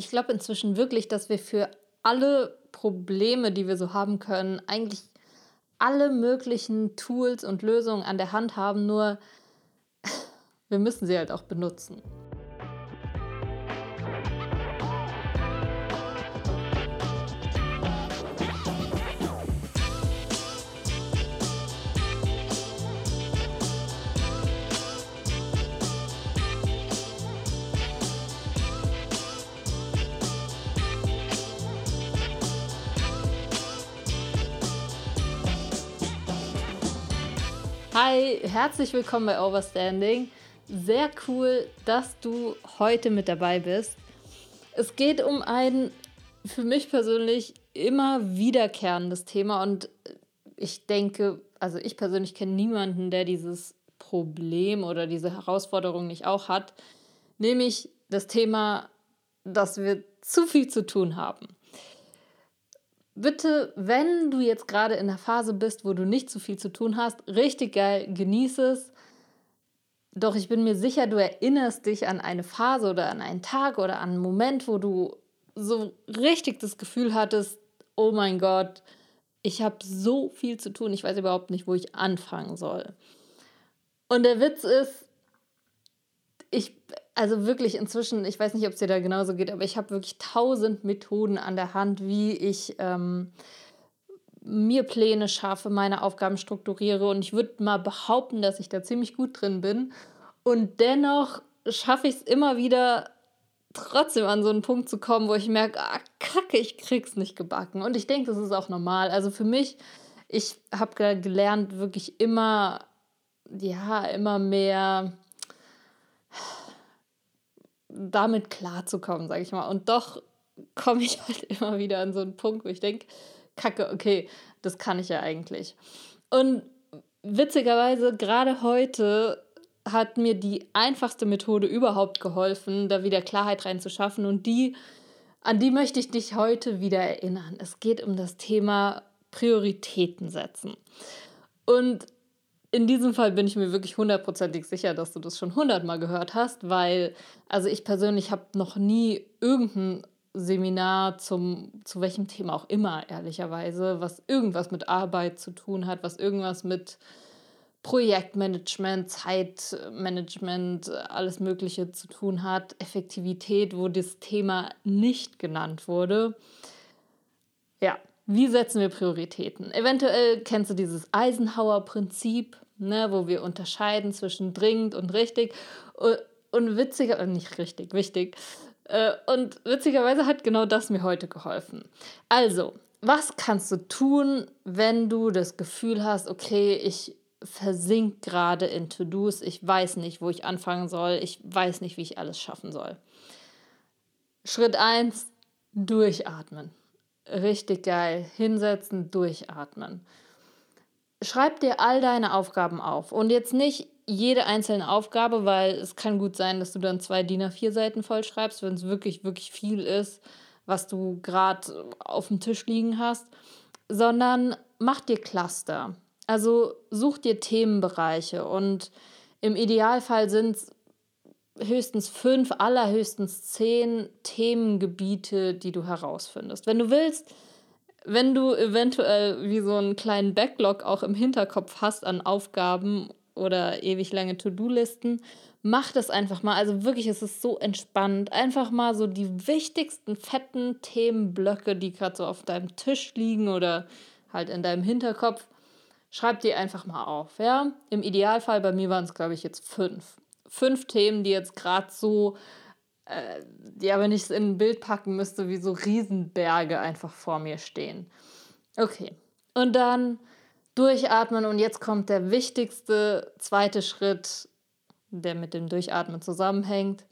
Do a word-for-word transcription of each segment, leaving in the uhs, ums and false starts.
ich glaube inzwischen wirklich, dass wir für alle Probleme, die wir so haben können, eigentlich alle möglichen Tools und Lösungen an der Hand haben, nur wir müssen sie halt auch benutzen. Hi, herzlich willkommen bei Overstanding. Sehr cool, dass du heute mit dabei bist. Es geht um ein für mich persönlich immer wiederkehrendes Thema und ich denke, also ich persönlich kenne niemanden, der dieses Problem oder diese Herausforderung nicht auch hat, nämlich das Thema, dass wir zu viel zu tun haben. Bitte, wenn du jetzt gerade in der Phase bist, wo du nicht so viel zu tun hast, richtig geil, genieß es. Doch ich bin mir sicher, du erinnerst dich an eine Phase oder an einen Tag oder an einen Moment, wo du so richtig das Gefühl hattest, oh mein Gott, ich habe so viel zu tun, ich weiß überhaupt nicht, wo ich anfangen soll. Und der Witz ist, ich, also wirklich inzwischen, ich weiß nicht, ob es dir da genauso geht, aber ich habe wirklich tausend Methoden an der Hand, wie ich ähm, mir Pläne schaffe, meine Aufgaben strukturiere und ich würde mal behaupten, dass ich da ziemlich gut drin bin. Und dennoch schaffe ich es immer wieder, trotzdem an so einen Punkt zu kommen, wo ich merke, ah, kacke, ich krieg's nicht gebacken. Und ich denke, das ist auch normal. Also für mich, ich habe gelernt, wirklich immer, ja, immer mehr damit klarzukommen, sage ich mal. Und doch komme ich halt immer wieder an so einen Punkt, wo ich denke, kacke, okay, das kann ich ja eigentlich. Und witzigerweise, gerade heute hat mir die einfachste Methode überhaupt geholfen, da wieder Klarheit reinzuschaffen. Und die, an die möchte ich dich heute wieder erinnern. Es geht um das Thema Prioritäten setzen. Und in diesem Fall bin ich mir wirklich hundertprozentig sicher, dass du das schon hundertmal gehört hast, weil, also ich persönlich habe noch nie irgendein Seminar zum, zu welchem Thema auch immer, ehrlicherweise, was irgendwas mit Arbeit zu tun hat, was irgendwas mit Projektmanagement, Zeitmanagement, alles Mögliche zu tun hat, Effektivität, wo das Thema nicht genannt wurde. Ja, wie setzen wir Prioritäten? Eventuell kennst du dieses Eisenhower-Prinzip, ne, wo wir unterscheiden zwischen dringend und richtig. Und witziger, äh, nicht richtig, wichtig. Und witzigerweise hat genau das mir heute geholfen. Also, was kannst du tun, wenn du das Gefühl hast, okay, ich versink gerade in To-Dos, ich weiß nicht, wo ich anfangen soll, ich weiß nicht, wie ich alles schaffen soll. Schritt eins, durchatmen. Richtig geil. Hinsetzen, durchatmen. Schreib dir all deine Aufgaben auf. Und jetzt nicht jede einzelne Aufgabe, weil es kann gut sein, dass du dann zwei D I N A vier Seiten vollschreibst, wenn es wirklich, wirklich viel ist, was du gerade auf dem Tisch liegen hast, sondern mach dir Cluster. Also such dir Themenbereiche und im Idealfall sind es höchstens fünf, allerhöchstens zehn Themengebiete, die du herausfindest. Wenn du willst, wenn du eventuell wie so einen kleinen Backlog auch im Hinterkopf hast an Aufgaben oder ewig lange To-Do-Listen, mach das einfach mal. Also wirklich, es ist so entspannt. Einfach mal so die wichtigsten fetten Themenblöcke, die gerade so auf deinem Tisch liegen oder halt in deinem Hinterkopf, schreib die einfach mal auf. Ja? Im Idealfall, bei mir waren es, glaube ich, jetzt fünf. Fünf Themen, die jetzt gerade so, äh, ja, wenn ich es in ein Bild packen müsste, wie so Riesenberge einfach vor mir stehen. Okay, und dann durchatmen und jetzt kommt der wichtigste zweite Schritt, der mit dem Durchatmen zusammenhängt.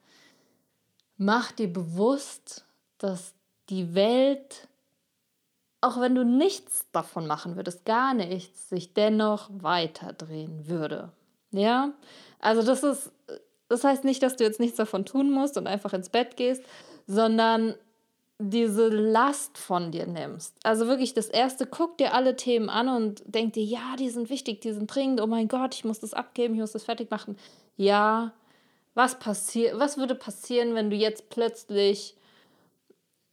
Mach dir bewusst, dass die Welt, auch wenn du nichts davon machen würdest, gar nichts, sich dennoch weiterdrehen würde. Ja, also das ist, das heißt nicht, dass du jetzt nichts davon tun musst und einfach ins Bett gehst, sondern diese Last von dir nimmst. Also wirklich das Erste, guck dir alle Themen an und denk dir, ja, die sind wichtig, die sind dringend, oh mein Gott, ich muss das abgeben, ich muss das fertig machen. Ja, was passiert, was würde passieren, wenn du jetzt plötzlich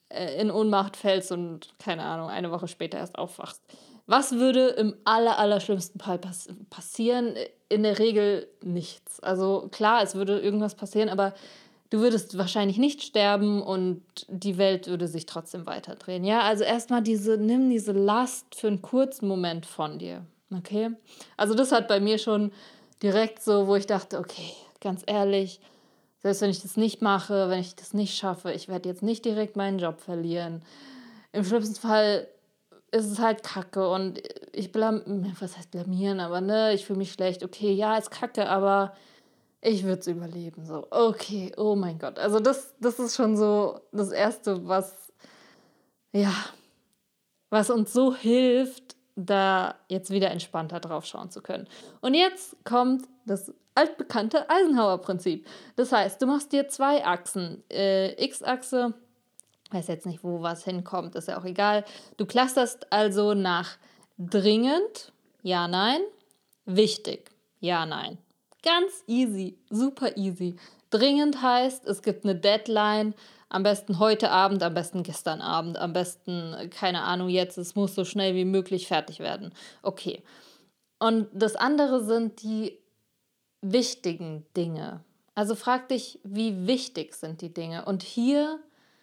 äh, in Ohnmacht fällst und, keine Ahnung, eine Woche später erst aufwachst. Was würde im aller, aller schlimmsten Fall pass passieren? In der Regel nichts. Also klar, es würde irgendwas passieren, aber du würdest wahrscheinlich nicht sterben und die Welt würde sich trotzdem weiterdrehen. Ja, also erstmal diese, nimm diese Last für einen kurzen Moment von dir. Okay? Also das hat bei mir schon direkt so, wo ich dachte, okay, ganz ehrlich, selbst wenn ich das nicht mache, wenn ich das nicht schaffe, ich werde jetzt nicht direkt meinen Job verlieren. Im schlimmsten Fall ist es halt kacke und ich blam, was heißt blamieren, aber ne, ich fühle mich schlecht. Okay, ja, ist kacke, aber ich würde es überleben. So, okay, oh mein Gott. Also das, das ist schon so das Erste, was, ja, was uns so hilft, da jetzt wieder entspannter drauf schauen zu können. Und jetzt kommt das altbekannte Eisenhower-Prinzip. Das heißt, du machst dir zwei Achsen. Äh, X-Achse, weiß jetzt nicht, wo was hinkommt, ist ja auch egal. Du clusterst also nach dringend, ja, nein, wichtig, ja, nein. Ganz easy, super easy. Dringend heißt, es gibt eine Deadline, am besten heute Abend, am besten gestern Abend, am besten, äh, keine Ahnung, jetzt, es muss so schnell wie möglich fertig werden. Okay. Und das andere sind die wichtigen Dinge. Also frag dich, wie wichtig sind die Dinge? Und hier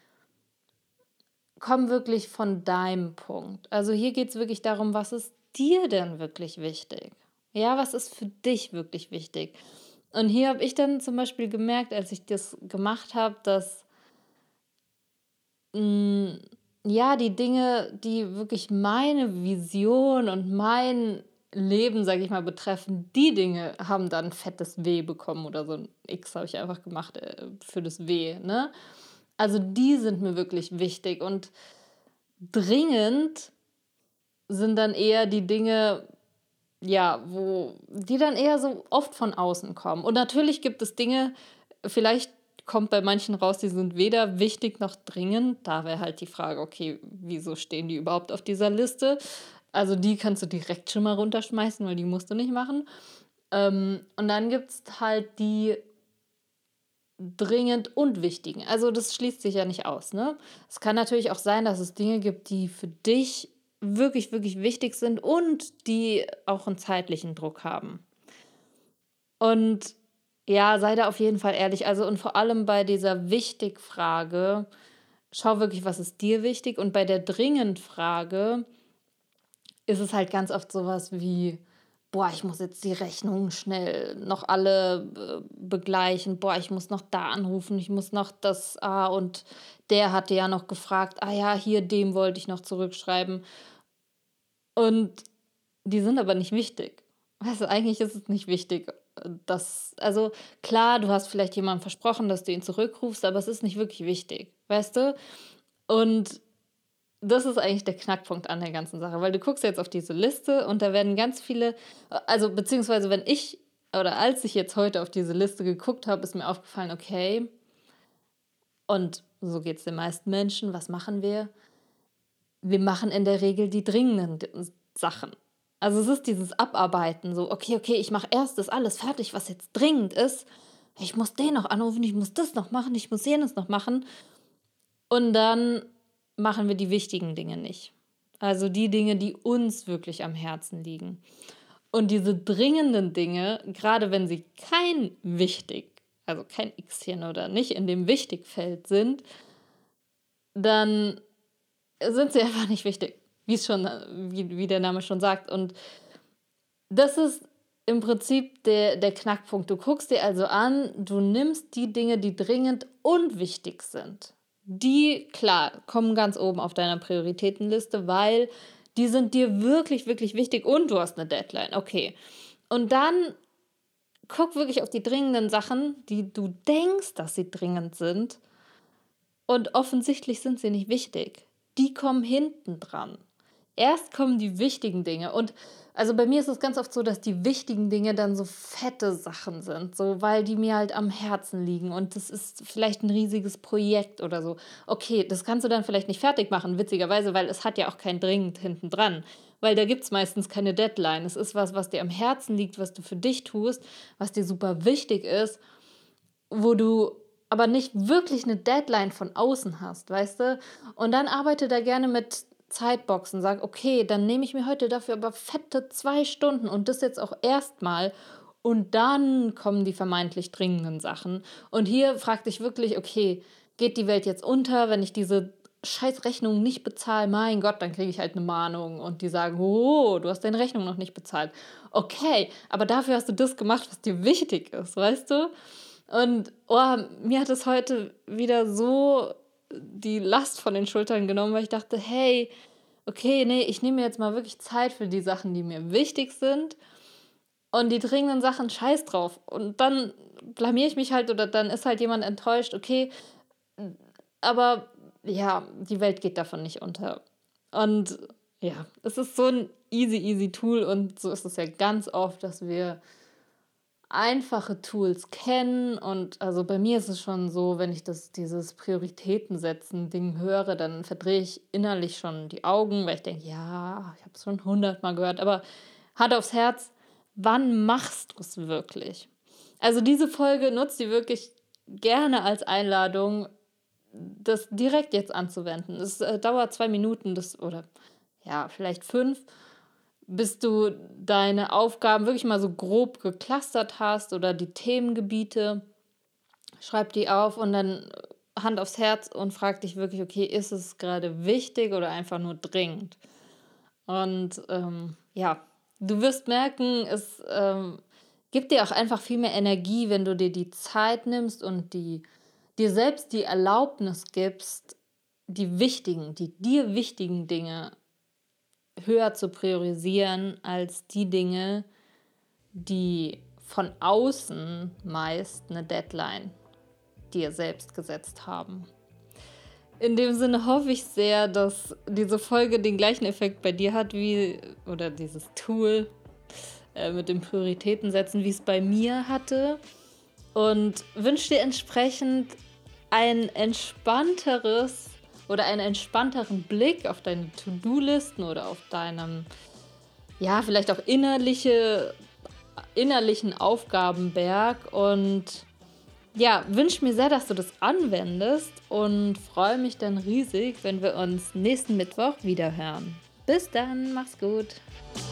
komm wirklich von deinem Punkt. Also hier geht es wirklich darum, was ist dir denn wirklich wichtig? Ja, was ist für dich wirklich wichtig? Und hier habe ich dann zum Beispiel gemerkt, als ich das gemacht habe, dass mh, ja, die Dinge, die wirklich meine Vision und mein Leben, sage ich mal, betreffen, die Dinge haben dann ein fettes W bekommen oder so ein X habe ich einfach gemacht äh, für das W, ne? Also die sind mir wirklich wichtig und dringend sind dann eher die Dinge, ja, wo die dann eher so oft von außen kommen. Und natürlich gibt es Dinge, vielleicht kommt bei manchen raus, die sind weder wichtig noch dringend. Da wäre halt die Frage, okay, wieso stehen die überhaupt auf dieser Liste? Also die kannst du direkt schon mal runterschmeißen, weil die musst du nicht machen. Ähm, und dann gibt es halt die dringend und wichtigen. Also das schließt sich ja nicht aus, ne? Es kann natürlich auch sein, dass es Dinge gibt, die für dich wirklich, wirklich wichtig sind und die auch einen zeitlichen Druck haben. Und ja, sei da auf jeden Fall ehrlich. Also und vor allem bei dieser Wichtig-Frage, schau wirklich, was ist dir wichtig? Und bei der Dringend-Frage ist es halt ganz oft sowas wie, boah, ich muss jetzt die Rechnungen schnell noch alle äh, begleichen. Boah, ich muss noch da anrufen, ich muss noch das, ah, und der hatte ja noch gefragt, ah ja, hier, dem wollte ich noch zurückschreiben. Und die sind aber nicht wichtig. Weißt du, eigentlich ist es nicht wichtig, äh, dass, also klar, du hast vielleicht jemandem versprochen, dass du ihn zurückrufst, aber es ist nicht wirklich wichtig, weißt du? Und das ist eigentlich der Knackpunkt an der ganzen Sache, weil du guckst jetzt auf diese Liste und da werden ganz viele, also beziehungsweise wenn ich oder als ich jetzt heute auf diese Liste geguckt habe, ist mir aufgefallen, okay, und so geht es den meisten Menschen, was machen wir? Wir machen in der Regel die dringenden D- Sachen. Also es ist dieses Abarbeiten, so, okay, okay, ich mache erst das alles fertig, was jetzt dringend ist. Ich muss den noch anrufen, ich muss das noch machen, ich muss jenes noch machen. Und dann machen wir die wichtigen Dinge nicht. Also die Dinge, die uns wirklich am Herzen liegen. Und diese dringenden Dinge, gerade wenn sie kein wichtig, also kein Xchen oder nicht in dem Wichtigfeld sind, dann sind sie einfach nicht wichtig, wie es schon, wie, wie der Name schon sagt. Und das ist im Prinzip der, der Knackpunkt. Du guckst dir also an, du nimmst die Dinge, die dringend und wichtig sind. Die, klar, kommen ganz oben auf deiner Prioritätenliste, weil die sind dir wirklich, wirklich wichtig und du hast eine Deadline. Okay. Und dann guck wirklich auf die dringenden Sachen, die du denkst, dass sie dringend sind. Und offensichtlich sind sie nicht wichtig. Die kommen hinten dran. Erst kommen die wichtigen Dinge. Und also bei mir ist es ganz oft so, dass die wichtigen Dinge dann so fette Sachen sind, so weil die mir halt am Herzen liegen. Und das ist vielleicht ein riesiges Projekt oder so. Okay, das kannst du dann vielleicht nicht fertig machen, witzigerweise, weil es hat ja auch kein dringend hinten dran. Weil da gibt es meistens keine Deadline. Es ist was, was dir am Herzen liegt, was du für dich tust, was dir super wichtig ist, wo du aber nicht wirklich eine Deadline von außen hast, weißt du? Und dann arbeite da gerne mit Zeitboxen. Sag, okay, dann nehme ich mir heute dafür aber fette zwei Stunden und das jetzt auch erstmal. Und dann kommen die vermeintlich dringenden Sachen. Und hier frag dich wirklich, okay, geht die Welt jetzt unter, wenn ich diese scheiß Rechnung nicht bezahle? Mein Gott, dann kriege ich halt eine Mahnung und die sagen, oh, du hast deine Rechnung noch nicht bezahlt. Okay, aber dafür hast du das gemacht, was dir wichtig ist, weißt du? Und oh, mir hat es heute wieder so die Last von den Schultern genommen, weil ich dachte, hey, okay, nee, ich nehme mir jetzt mal wirklich Zeit für die Sachen, die mir wichtig sind. Und die dringenden Sachen, scheiß drauf. Und dann blamier ich mich halt oder dann ist halt jemand enttäuscht, okay, aber ja, die Welt geht davon nicht unter. Und ja, es ist so ein easy, easy Tool und so ist es ja ganz oft, dass wir einfache Tools kennen und also bei mir ist es schon so, wenn ich das, dieses Prioritäten-Setzen-Ding höre, dann verdrehe ich innerlich schon die Augen, weil ich denke, ja, ich habe es schon hundertmal gehört, aber Hand aufs Herz, wann machst du es wirklich? Also diese Folge nutzt die wirklich gerne als Einladung, das direkt jetzt anzuwenden. Es äh, dauert zwei Minuten das, oder ja, vielleicht fünf, bis du deine Aufgaben wirklich mal so grob geclustert hast oder die Themengebiete. Schreib die auf und dann Hand aufs Herz und frag dich wirklich, okay, ist es gerade wichtig oder einfach nur dringend? Und ähm, ja, du wirst merken, es ähm, gibt dir auch einfach viel mehr Energie, wenn du dir die Zeit nimmst und die, dir selbst die Erlaubnis gibst, die wichtigen, die dir wichtigen Dinge höher zu priorisieren als die Dinge, die von außen meist eine Deadline dir selbst gesetzt haben. In dem Sinne hoffe ich sehr, dass diese Folge den gleichen Effekt bei dir hat, wie, oder dieses Tool äh, mit den Prioritäten setzen, wie es bei mir hatte. Und wünsche dir entsprechend ein entspannteres oder einen entspannteren Blick auf deine To-Do-Listen oder auf deinem, ja, vielleicht auch innerliche, innerlichen Aufgabenberg. Und ja, wünsche mir sehr, dass du das anwendest und freue mich dann riesig, wenn wir uns nächsten Mittwoch wieder hören. Bis dann, mach's gut.